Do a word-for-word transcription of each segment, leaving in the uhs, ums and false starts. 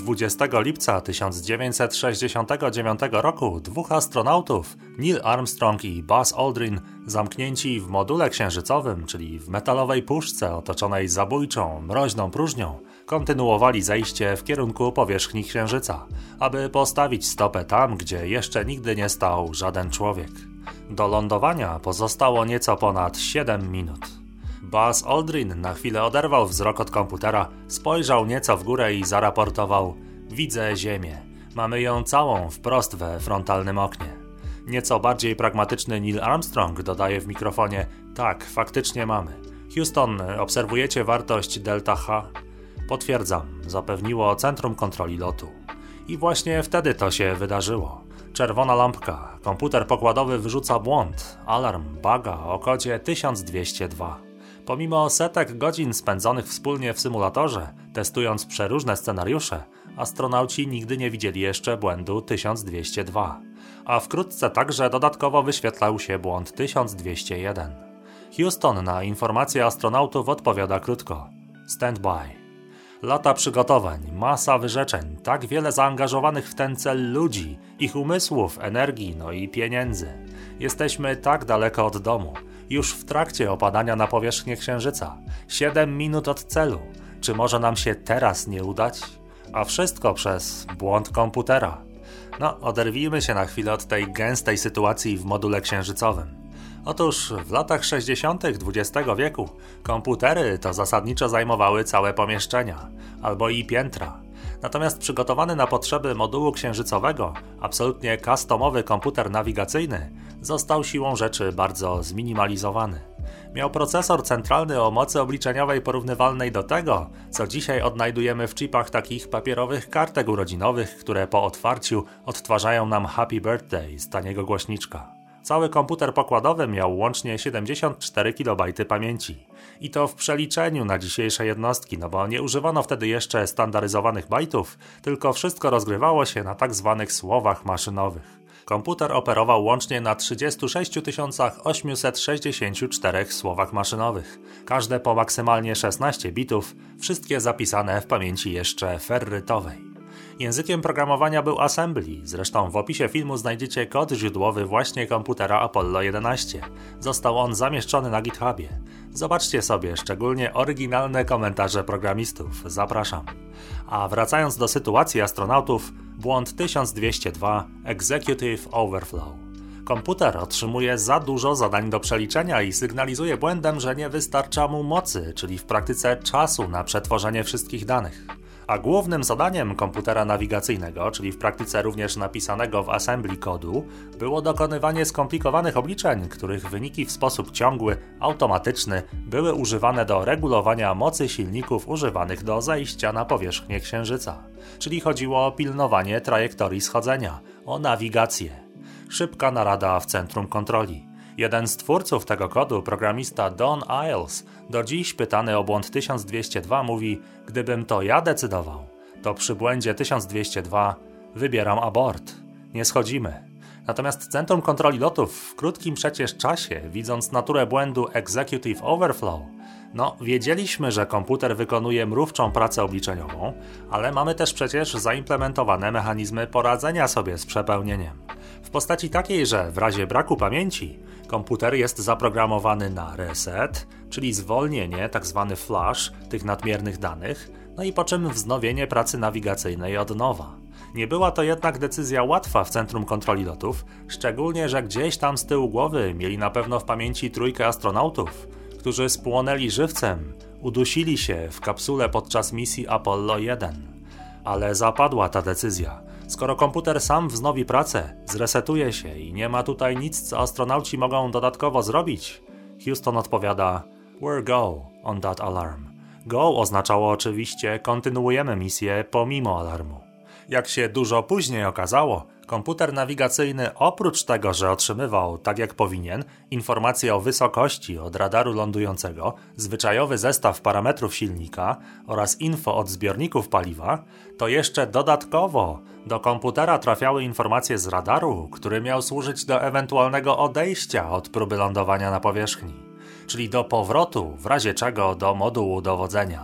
dwudziestego lipca tysiąc dziewięćset sześćdziesiątego dziewiątego roku dwóch astronautów, Neil Armstrong i Buzz Aldrin, zamknięci w module księżycowym, czyli w metalowej puszce otoczonej zabójczą, mroźną próżnią, kontynuowali zejście w kierunku powierzchni Księżyca, aby postawić stopę tam, gdzie jeszcze nigdy nie stał żaden człowiek. Do lądowania pozostało nieco ponad siedem minut. Buzz Aldrin na chwilę oderwał wzrok od komputera, spojrzał nieco w górę i zaraportował: widzę Ziemię. Mamy ją całą wprost we frontalnym oknie. Nieco bardziej pragmatyczny Neil Armstrong dodaje w mikrofonie: tak, faktycznie mamy. Houston, obserwujecie wartość delta H? Potwierdzam, zapewniło Centrum Kontroli Lotu. I właśnie wtedy to się wydarzyło. Czerwona lampka, komputer pokładowy wyrzuca błąd, alarm, baga o kodzie tysiąc dwieście dwa. Pomimo setek godzin spędzonych wspólnie w symulatorze, testując przeróżne scenariusze, astronauci nigdy nie widzieli jeszcze błędu tysiąc dwieście dwa, a wkrótce także dodatkowo wyświetlał się błąd tysiąc dwieście jeden. Houston na informacje astronautów odpowiada krótko: stand by. Lata przygotowań, masa wyrzeczeń, tak wiele zaangażowanych w ten cel ludzi, ich umysłów, energii, no i pieniędzy. Jesteśmy tak daleko od domu, już w trakcie opadania na powierzchnię Księżyca. Siedem minut od celu. Czy może nam się teraz nie udać? A wszystko przez błąd komputera. No, oderwijmy się na chwilę od tej gęstej sytuacji w module księżycowym. Otóż w latach sześćdziesiątych dwudziestego wieku komputery to zasadniczo zajmowały całe pomieszczenia, albo i piętra. Natomiast przygotowany na potrzeby modułu księżycowego, absolutnie customowy komputer nawigacyjny został siłą rzeczy bardzo zminimalizowany. Miał procesor centralny o mocy obliczeniowej porównywalnej do tego, co dzisiaj odnajdujemy w chipach takich papierowych kartek urodzinowych, które po otwarciu odtwarzają nam Happy Birthday z taniego głośniczka. Cały komputer pokładowy miał łącznie siedemdziesiąt cztery kilobajty pamięci. I to w przeliczeniu na dzisiejsze jednostki, no bo nie używano wtedy jeszcze standaryzowanych bajtów, tylko wszystko rozgrywało się na tak zwanych słowach maszynowych. Komputer operował łącznie na trzydziestu sześciu tysiącach osiemset sześćdziesięciu czterech słowach maszynowych. Każde po maksymalnie szesnaście bitów, wszystkie zapisane w pamięci jeszcze ferrytowej. Językiem programowania był Assembly, zresztą w opisie filmu znajdziecie kod źródłowy właśnie komputera Apollo jedenaście. Został on zamieszczony na GitHubie. Zobaczcie sobie szczególnie oryginalne komentarze programistów, zapraszam. A wracając do sytuacji astronautów, błąd tysiąc dwieście dwa Executive Overflow. Komputer otrzymuje za dużo zadań do przeliczenia i sygnalizuje błędem, że nie wystarcza mu mocy, czyli w praktyce czasu na przetworzenie wszystkich danych. A głównym zadaniem komputera nawigacyjnego, czyli w praktyce również napisanego w assembly kodu, było dokonywanie skomplikowanych obliczeń, których wyniki w sposób ciągły, automatyczny były używane do regulowania mocy silników używanych do zejścia na powierzchnię Księżyca. Czyli chodziło o pilnowanie trajektorii schodzenia, o nawigację. Szybka narada w centrum kontroli. Jeden z twórców tego kodu, programista Don Iles, do dziś pytany o błąd tysiąc dwieście dwa mówi: gdybym to ja decydował, to przy błędzie tysiąc dwieście dwa wybieram abort. Nie schodzimy. Natomiast Centrum Kontroli Lotów w krótkim przecież czasie, widząc naturę błędu Executive Overflow, no wiedzieliśmy, że komputer wykonuje mrówczą pracę obliczeniową, ale mamy też przecież zaimplementowane mechanizmy poradzenia sobie z przepełnieniem. W postaci takiej, że w razie braku pamięci komputer jest zaprogramowany na reset, czyli zwolnienie, tzw. flash tych nadmiernych danych, no i po czym wznowienie pracy nawigacyjnej od nowa. Nie była to jednak decyzja łatwa w Centrum Kontroli Lotów, szczególnie, że gdzieś tam z tyłu głowy mieli na pewno w pamięci trójkę astronautów, którzy spłonęli żywcem, udusili się w kapsule podczas misji Apollo jeden. Ale zapadła ta decyzja. Skoro komputer sam wznowi pracę, zresetuje się i nie ma tutaj nic, co astronauci mogą dodatkowo zrobić, Houston odpowiada: we're go on that alarm. Go oznaczało oczywiście kontynuujemy misję pomimo alarmu. Jak się dużo później okazało, komputer nawigacyjny oprócz tego, że otrzymywał, tak jak powinien, informacje o wysokości od radaru lądującego, zwyczajowy zestaw parametrów silnika oraz info od zbiorników paliwa, to jeszcze dodatkowo do komputera trafiały informacje z radaru, który miał służyć do ewentualnego odejścia od próby lądowania na powierzchni, czyli do powrotu, w razie czego, do modułu dowodzenia.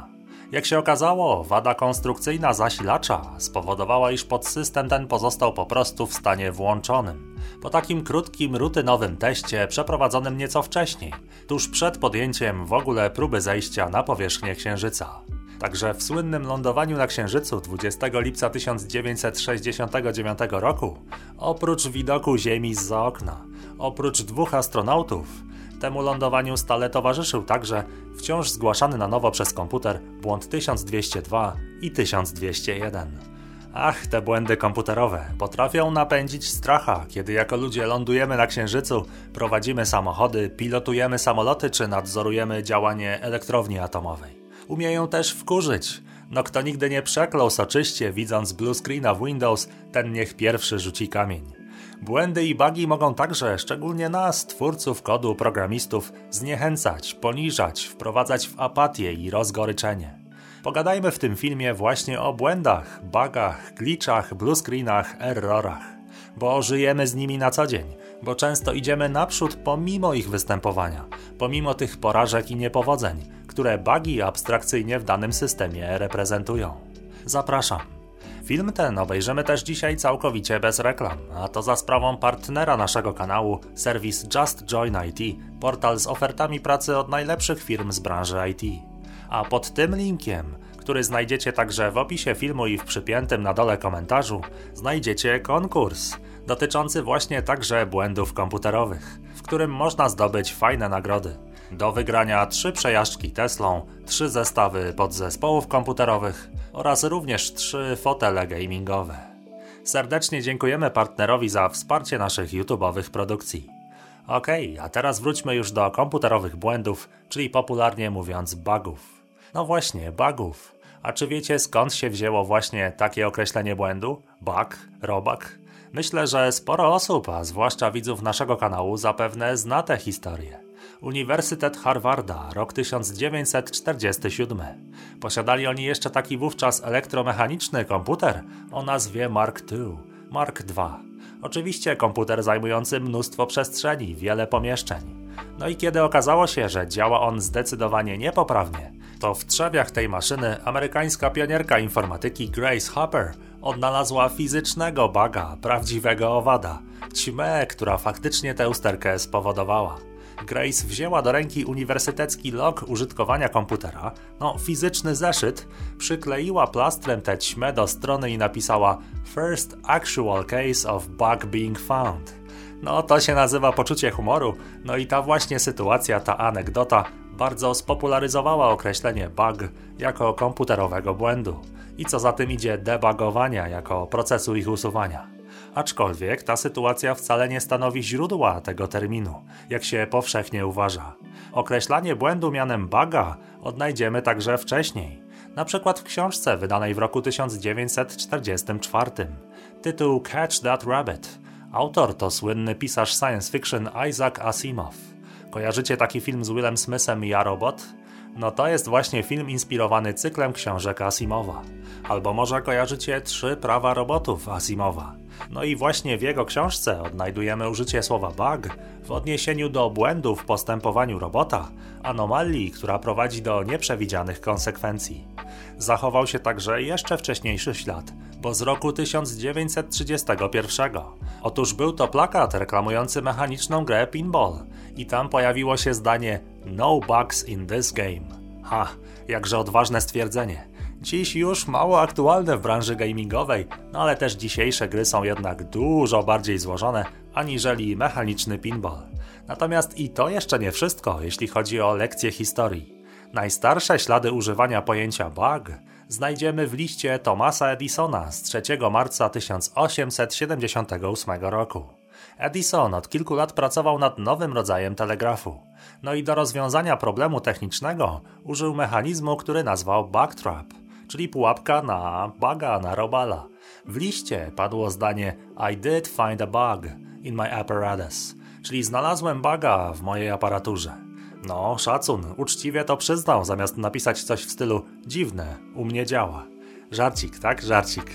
Jak się okazało, wada konstrukcyjna zasilacza spowodowała, iż podsystem ten pozostał po prostu w stanie włączonym. Po takim krótkim, rutynowym teście przeprowadzonym nieco wcześniej, tuż przed podjęciem w ogóle próby zejścia na powierzchnię Księżyca. Także w słynnym lądowaniu na Księżycu dwudziestego lipca tysiąc dziewięćset sześćdziesiątego dziewiątego roku, oprócz widoku Ziemi zza okna, oprócz dwóch astronautów, temu lądowaniu stale towarzyszył także wciąż zgłaszany na nowo przez komputer błąd tysiąc dwieście dwa i tysiąc dwieście jeden. Ach, te błędy komputerowe potrafią napędzić stracha, kiedy jako ludzie lądujemy na Księżycu, prowadzimy samochody, pilotujemy samoloty czy nadzorujemy działanie elektrowni atomowej. Umieją też wkurzyć. No kto nigdy nie przeklął soczyście, widząc blue screena w Windows, ten niech pierwszy rzuci kamień. Błędy i bugi mogą także, szczególnie nas, twórców kodu, programistów, zniechęcać, poniżać, wprowadzać w apatię i rozgoryczenie. Pogadajmy w tym filmie właśnie o błędach, bugach, glitchach, blue screenach, errorach. Bo żyjemy z nimi na co dzień, bo często idziemy naprzód pomimo ich występowania, pomimo tych porażek i niepowodzeń, które bugi abstrakcyjnie w danym systemie reprezentują. Zapraszam. Film ten obejrzymy też dzisiaj całkowicie bez reklam, a to za sprawą partnera naszego kanału, serwis Just Join I T, portal z ofertami pracy od najlepszych firm z branży I T. A pod tym linkiem, który znajdziecie także w opisie filmu i w przypiętym na dole komentarzu, znajdziecie konkurs dotyczący właśnie także błędów komputerowych, w którym można zdobyć fajne nagrody. Do wygrania trzy przejażdżki Teslą, trzy zestawy podzespołów komputerowych oraz również trzy fotele gamingowe. Serdecznie dziękujemy partnerowi za wsparcie naszych YouTube'owych produkcji. Okej, okay, a teraz wróćmy już do komputerowych błędów, czyli popularnie mówiąc bugów. No właśnie, bugów. A czy wiecie, skąd się wzięło właśnie takie określenie błędu? Bug, robak? Myślę, że sporo osób, a zwłaszcza widzów naszego kanału, zapewne zna tę historię. Uniwersytet Harvarda, rok tysiąc dziewięćset czterdziesty siódmy. Posiadali oni jeszcze taki wówczas elektromechaniczny komputer o nazwie Mark drugi, Mark dwa. Oczywiście komputer zajmujący mnóstwo przestrzeni, wiele pomieszczeń. No i kiedy okazało się, że działa on zdecydowanie niepoprawnie, to w trzewiach tej maszyny amerykańska pionierka informatyki Grace Hopper odnalazła fizycznego buga, prawdziwego owada, ćmę, która faktycznie tę usterkę spowodowała. Grace wzięła do ręki uniwersytecki log użytkowania komputera, no fizyczny zeszyt, przykleiła plastrem tę ćmę do strony i napisała First actual case of bug being found. No to się nazywa poczucie humoru, no i ta właśnie sytuacja, ta anegdota bardzo spopularyzowała określenie bug jako komputerowego błędu i co za tym idzie debugowania jako procesu ich usuwania. Aczkolwiek ta sytuacja wcale nie stanowi źródła tego terminu, jak się powszechnie uważa. Określanie błędu mianem buga odnajdziemy także wcześniej, na przykład w książce wydanej w roku tysiąc dziewięćset czterdziestym czwartym. Tytuł Catch That Rabbit. Autor to słynny pisarz science fiction Isaac Asimov. Kojarzycie taki film z Willem Smithem i Ja, Robot? No to jest właśnie film inspirowany cyklem książek Asimowa. Albo może kojarzycie Trzy prawa robotów Asimowa. No i właśnie w jego książce odnajdujemy użycie słowa bug w odniesieniu do błędu w postępowaniu robota, anomalii, która prowadzi do nieprzewidzianych konsekwencji. Zachował się także jeszcze wcześniejszy ślad, bo z roku tysiąc dziewięćset trzydziestego pierwszego. Otóż był to plakat reklamujący mechaniczną grę pinball i tam pojawiło się zdanie No bugs in this game. Ha, jakże odważne stwierdzenie. Dziś już mało aktualne w branży gamingowej, no ale też dzisiejsze gry są jednak dużo bardziej złożone aniżeli mechaniczny pinball. Natomiast i to jeszcze nie wszystko, jeśli chodzi o lekcje historii. Najstarsze ślady używania pojęcia bug znajdziemy w liście Thomasa Edisona z trzeciego marca tysiąc osiemset siedemdziesiątego ósmego roku. Edison od kilku lat pracował nad nowym rodzajem telegrafu. No i do rozwiązania problemu technicznego użył mechanizmu, który nazwał bug trap, czyli pułapka na buga, na robala. W liście padło zdanie I did find a bug in my apparatus, czyli znalazłem buga w mojej aparaturze. No, szacun, uczciwie to przyznał, zamiast napisać coś w stylu dziwne, u mnie działa. Żarcik, tak? Żarcik.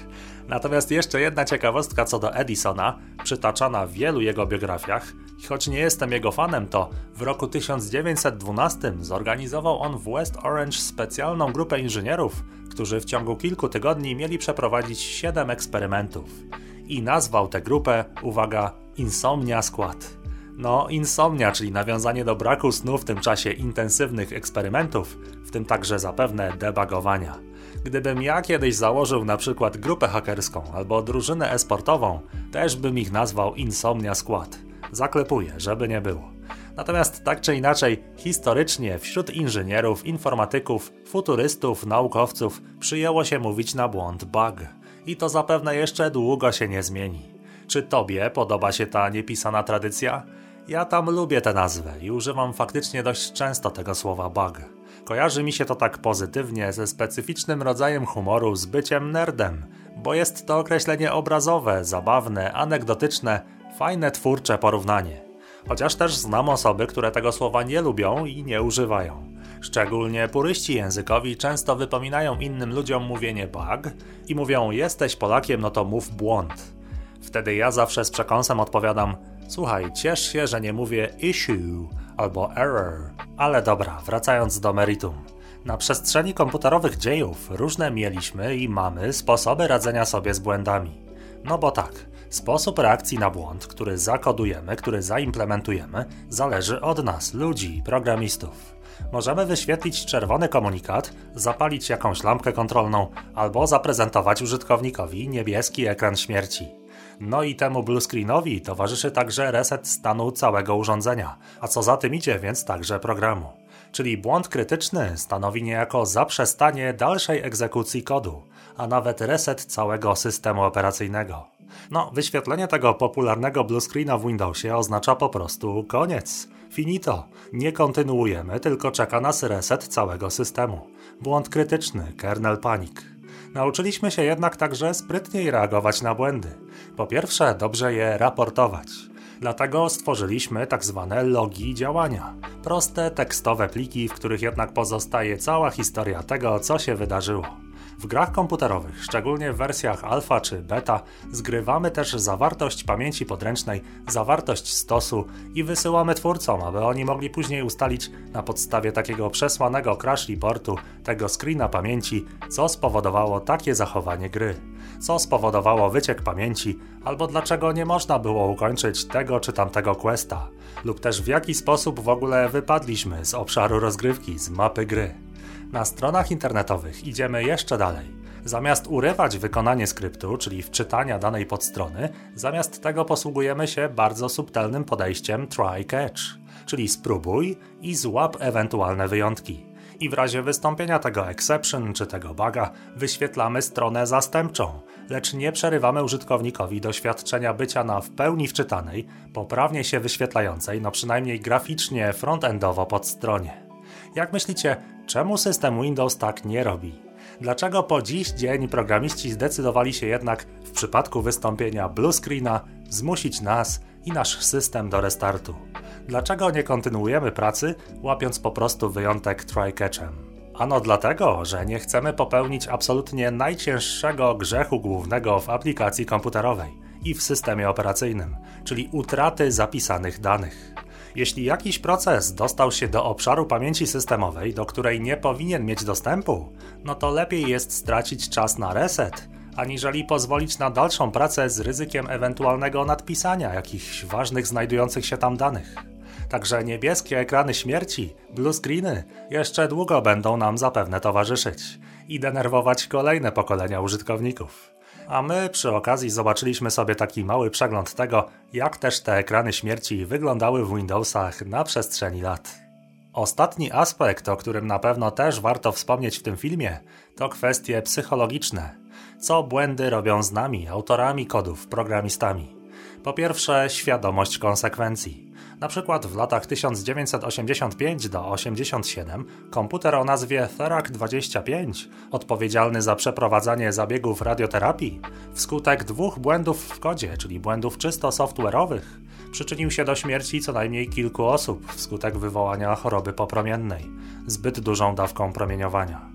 Natomiast jeszcze jedna ciekawostka co do Edisona, przytaczana w wielu jego biografiach, i choć nie jestem jego fanem, to w roku tysiąc dziewięćset dwunastym zorganizował on w West Orange specjalną grupę inżynierów, którzy w ciągu kilku tygodni mieli przeprowadzić siedem eksperymentów. I nazwał tę grupę, uwaga, Insomnia Squad. No, insomnia, czyli nawiązanie do braku snu w tym czasie intensywnych eksperymentów, w tym także zapewne debugowania. Gdybym ja kiedyś założył na przykład grupę hakerską albo drużynę e-sportową, też bym ich nazwał Insomnia Squad. Zaklepuję, żeby nie było. Natomiast tak czy inaczej, historycznie wśród inżynierów, informatyków, futurystów, naukowców przyjęło się mówić na błąd bug. I to zapewne jeszcze długo się nie zmieni. Czy tobie podoba się ta niepisana tradycja? Ja tam lubię tę nazwę i używam faktycznie dość często tego słowa bug. Kojarzy mi się to tak pozytywnie ze specyficznym rodzajem humoru z byciem nerdem, bo jest to określenie obrazowe, zabawne, anegdotyczne, fajne twórcze porównanie. Chociaż też znam osoby, które tego słowa nie lubią i nie używają. Szczególnie puryści językowi często wypominają innym ludziom mówienie bug i mówią: jesteś Polakiem, no to mów błąd. Wtedy ja zawsze z przekąsem odpowiadam: słuchaj, ciesz się, że nie mówię issue albo error. Ale dobra, wracając do meritum. Na przestrzeni komputerowych dziejów różne mieliśmy i mamy sposoby radzenia sobie z błędami. No bo tak, sposób reakcji na błąd, który zakodujemy, który zaimplementujemy, zależy od nas, ludzi, programistów. Możemy wyświetlić czerwony komunikat, zapalić jakąś lampkę kontrolną albo zaprezentować użytkownikowi niebieski ekran śmierci. No i temu bluescreenowi towarzyszy także reset stanu całego urządzenia, a co za tym idzie, więc także programu. Czyli błąd krytyczny stanowi niejako zaprzestanie dalszej egzekucji kodu, a nawet reset całego systemu operacyjnego. No, wyświetlenie tego popularnego bluescreena w Windowsie oznacza po prostu koniec. Finito. Nie kontynuujemy, tylko czeka nas reset całego systemu. Błąd krytyczny, kernel panic. Nauczyliśmy się jednak także sprytniej reagować na błędy. Po pierwsze, dobrze je raportować. Dlatego stworzyliśmy tak zwane logi działania. Proste, tekstowe pliki, w których jednak pozostaje cała historia tego, co się wydarzyło. W grach komputerowych, szczególnie w wersjach alfa czy beta, zgrywamy też zawartość pamięci podręcznej, zawartość stosu i wysyłamy twórcom, aby oni mogli później ustalić na podstawie takiego przesłanego crash reportu, tego screena pamięci, co spowodowało takie zachowanie gry, co spowodowało wyciek pamięci, albo dlaczego nie można było ukończyć tego czy tamtego questa, lub też w jaki sposób w ogóle wypadliśmy z obszaru rozgrywki, z mapy gry. Na stronach internetowych idziemy jeszcze dalej. Zamiast urywać wykonanie skryptu, czyli wczytania danej podstrony, zamiast tego posługujemy się bardzo subtelnym podejściem try catch, czyli spróbuj i złap ewentualne wyjątki. I w razie wystąpienia tego exception czy tego buga wyświetlamy stronę zastępczą, lecz nie przerywamy użytkownikowi doświadczenia bycia na w pełni wczytanej, poprawnie się wyświetlającej, no przynajmniej graficznie frontendowo podstronie. Jak myślicie, czemu system Windows tak nie robi? Dlaczego po dziś dzień programiści zdecydowali się jednak w przypadku wystąpienia bluescreena zmusić nas i nasz system do restartu? Dlaczego nie kontynuujemy pracy, łapiąc po prostu wyjątek try-catchem? Ano dlatego, że nie chcemy popełnić absolutnie najcięższego grzechu głównego w aplikacji komputerowej i w systemie operacyjnym, czyli utraty zapisanych danych. Jeśli jakiś proces dostał się do obszaru pamięci systemowej, do której nie powinien mieć dostępu, no to lepiej jest stracić czas na reset, aniżeli pozwolić na dalszą pracę z ryzykiem ewentualnego nadpisania jakichś ważnych znajdujących się tam danych. Także niebieskie ekrany śmierci, bluescreeny, jeszcze długo będą nam zapewne towarzyszyć i denerwować kolejne pokolenia użytkowników. A my przy okazji zobaczyliśmy sobie taki mały przegląd tego, jak też te ekrany śmierci wyglądały w Windowsach na przestrzeni lat. Ostatni aspekt, o którym na pewno też warto wspomnieć w tym filmie, to kwestie psychologiczne. Co błędy robią z nami, autorami kodów, programistami? Po pierwsze, świadomość konsekwencji. Na przykład w latach tysiąc dziewięćset osiemdziesiąt pięć do osiemdziesiąt siedem komputer o nazwie Therac dwadzieścia pięć, odpowiedzialny za przeprowadzanie zabiegów radioterapii, wskutek dwóch błędów w kodzie, czyli błędów czysto software'owych, przyczynił się do śmierci co najmniej kilku osób wskutek wywołania choroby popromiennej, zbyt dużą dawką promieniowania.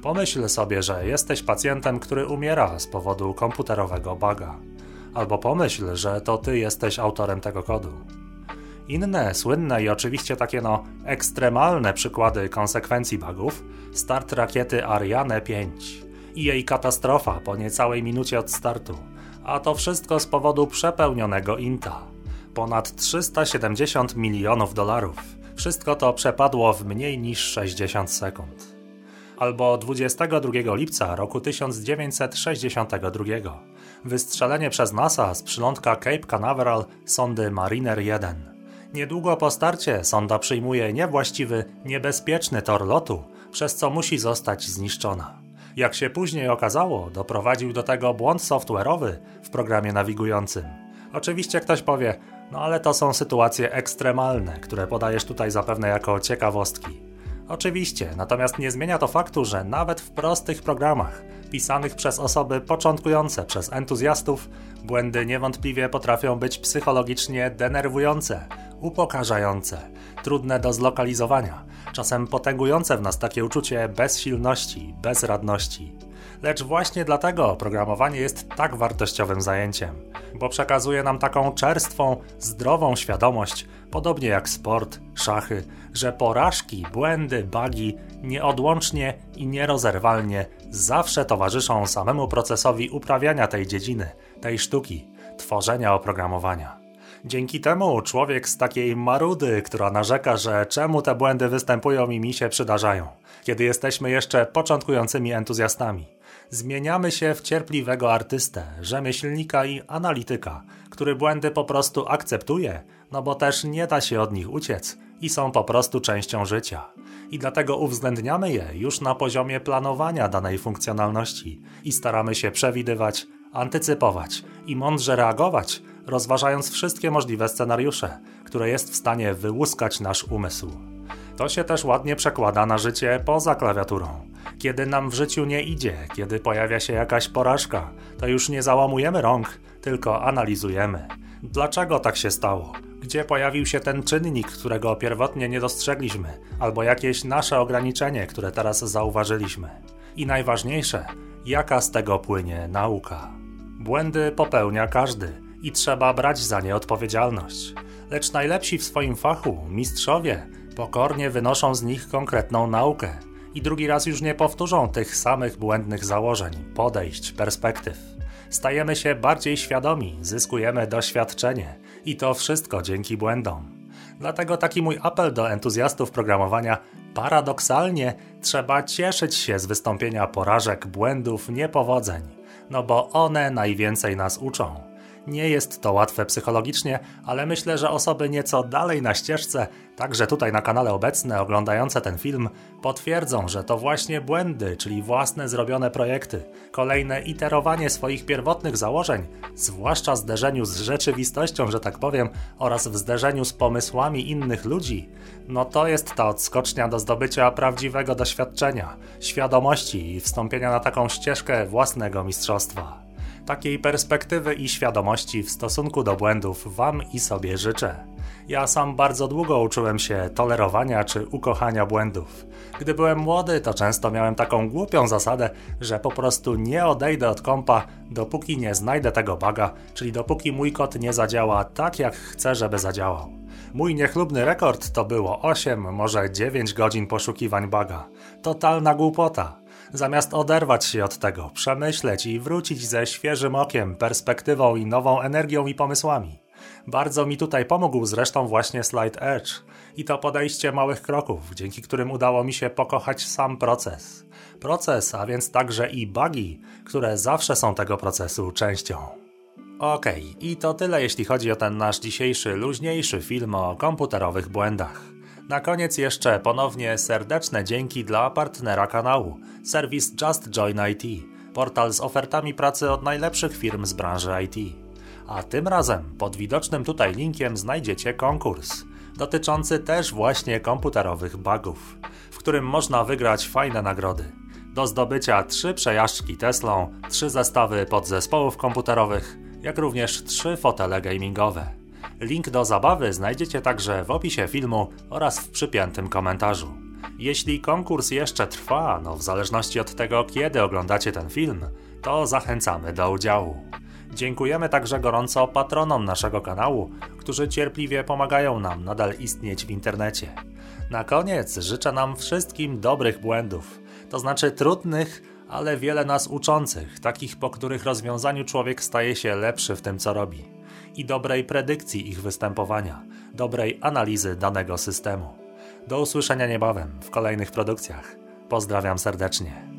Pomyśl sobie, że jesteś pacjentem, który umiera z powodu komputerowego buga. Albo pomyśl, że to ty jesteś autorem tego kodu. Inne, słynne i oczywiście takie no ekstremalne przykłady konsekwencji bugów: start rakiety Ariane pięć i jej katastrofa po niecałej minucie od startu, a to wszystko z powodu przepełnionego inta. Ponad trzysta siedemdziesiąt milionów dolarów. Wszystko to przepadło w mniej niż sześćdziesiąt sekund. Albo dwudziestego drugiego lipca roku tysiąc dziewięćset sześćdziesiątego drugiego. Wystrzelenie przez NASA z przylądka Cape Canaveral sondy Mariner jeden. Niedługo po starcie sonda przyjmuje niewłaściwy, niebezpieczny tor lotu, przez co musi zostać zniszczona. Jak się później okazało, doprowadził do tego błąd software'owy w programie nawigującym. Oczywiście ktoś powie, no ale to są sytuacje ekstremalne, które podajesz tutaj zapewne jako ciekawostki. Oczywiście, natomiast nie zmienia to faktu, że nawet w prostych programach, pisanych przez osoby początkujące, przez entuzjastów, błędy niewątpliwie potrafią być psychologicznie denerwujące, upokarzające, trudne do zlokalizowania, czasem potęgujące w nas takie uczucie bezsilności, bezradności. Lecz właśnie dlatego programowanie jest tak wartościowym zajęciem, bo przekazuje nam taką czerstwą, zdrową świadomość, podobnie jak sport, szachy, że porażki, błędy, bugi nieodłącznie i nierozerwalnie zawsze towarzyszą samemu procesowi uprawiania tej dziedziny, tej sztuki, tworzenia oprogramowania. Dzięki temu człowiek z takiej marudy, która narzeka, że czemu te błędy występują i mi się przydarzają, kiedy jesteśmy jeszcze początkującymi entuzjastami, zmieniamy się w cierpliwego artystę, rzemieślnika i analityka, który błędy po prostu akceptuje, no bo też nie da się od nich uciec i są po prostu częścią życia. I dlatego uwzględniamy je już na poziomie planowania danej funkcjonalności i staramy się przewidywać, antycypować i mądrze reagować, rozważając wszystkie możliwe scenariusze, które jest w stanie wyłuskać nasz umysł. To się też ładnie przekłada na życie poza klawiaturą. Kiedy nam w życiu nie idzie, kiedy pojawia się jakaś porażka, to już nie załamujemy rąk, tylko analizujemy. Dlaczego tak się stało? Gdzie pojawił się ten czynnik, którego pierwotnie nie dostrzegliśmy, albo jakieś nasze ograniczenie, które teraz zauważyliśmy? I najważniejsze, jaka z tego płynie nauka? Błędy popełnia każdy i trzeba brać za nie odpowiedzialność. Lecz najlepsi w swoim fachu, mistrzowie, pokornie wynoszą z nich konkretną naukę i drugi raz już nie powtórzą tych samych błędnych założeń, podejść, perspektyw. Stajemy się bardziej świadomi, zyskujemy doświadczenie i to wszystko dzięki błędom. Dlatego taki mój apel do entuzjastów programowania: paradoksalnie trzeba cieszyć się z wystąpienia porażek, błędów, niepowodzeń, no bo one najwięcej nas uczą. Nie jest to łatwe psychologicznie, ale myślę, że osoby nieco dalej na ścieżce, także tutaj na kanale obecne, oglądające ten film, potwierdzą, że to właśnie błędy, czyli własne zrobione projekty, kolejne iterowanie swoich pierwotnych założeń, zwłaszcza w zderzeniu z rzeczywistością, że tak powiem, oraz w zderzeniu z pomysłami innych ludzi, no to jest ta odskocznia do zdobycia prawdziwego doświadczenia, świadomości i wstąpienia na taką ścieżkę własnego mistrzostwa. Takiej perspektywy i świadomości w stosunku do błędów Wam i sobie życzę. Ja sam bardzo długo uczyłem się tolerowania czy ukochania błędów. Gdy byłem młody, to często miałem taką głupią zasadę, że po prostu nie odejdę od kompa, dopóki nie znajdę tego buga, czyli dopóki mój kod nie zadziała tak, jak chcę, żeby zadziałał. Mój niechlubny rekord to było osiem, może dziewięć godzin poszukiwań buga. Totalna głupota. Zamiast oderwać się od tego, przemyśleć i wrócić ze świeżym okiem, perspektywą i nową energią i pomysłami. Bardzo mi tutaj pomógł zresztą właśnie Slide Edge i to podejście małych kroków, dzięki którym udało mi się pokochać sam proces. Proces, a więc także i bugi, które zawsze są tego procesu częścią. Okej, okay, i to tyle jeśli chodzi o ten nasz dzisiejszy, luźniejszy film o komputerowych błędach. Na koniec jeszcze ponownie serdeczne dzięki dla partnera kanału, serwis Just Join I T, portal z ofertami pracy od najlepszych firm z branży I T. A tym razem pod widocznym tutaj linkiem znajdziecie konkurs, dotyczący też właśnie komputerowych bugów, w którym można wygrać fajne nagrody. Do zdobycia trzy przejażdżki Teslą, trzy zestawy podzespołów komputerowych, jak również trzy fotele gamingowe. Link do zabawy znajdziecie także w opisie filmu oraz w przypiętym komentarzu. Jeśli konkurs jeszcze trwa, no w zależności od tego, kiedy oglądacie ten film, to zachęcamy do udziału. Dziękujemy także gorąco patronom naszego kanału, którzy cierpliwie pomagają nam nadal istnieć w internecie. Na koniec życzę nam wszystkim dobrych błędów, to znaczy trudnych, ale wiele nas uczących, takich, po których rozwiązaniu człowiek staje się lepszy w tym, co robi. I dobrej predykcji ich występowania, dobrej analizy danego systemu. Do usłyszenia niebawem w kolejnych produkcjach. Pozdrawiam serdecznie.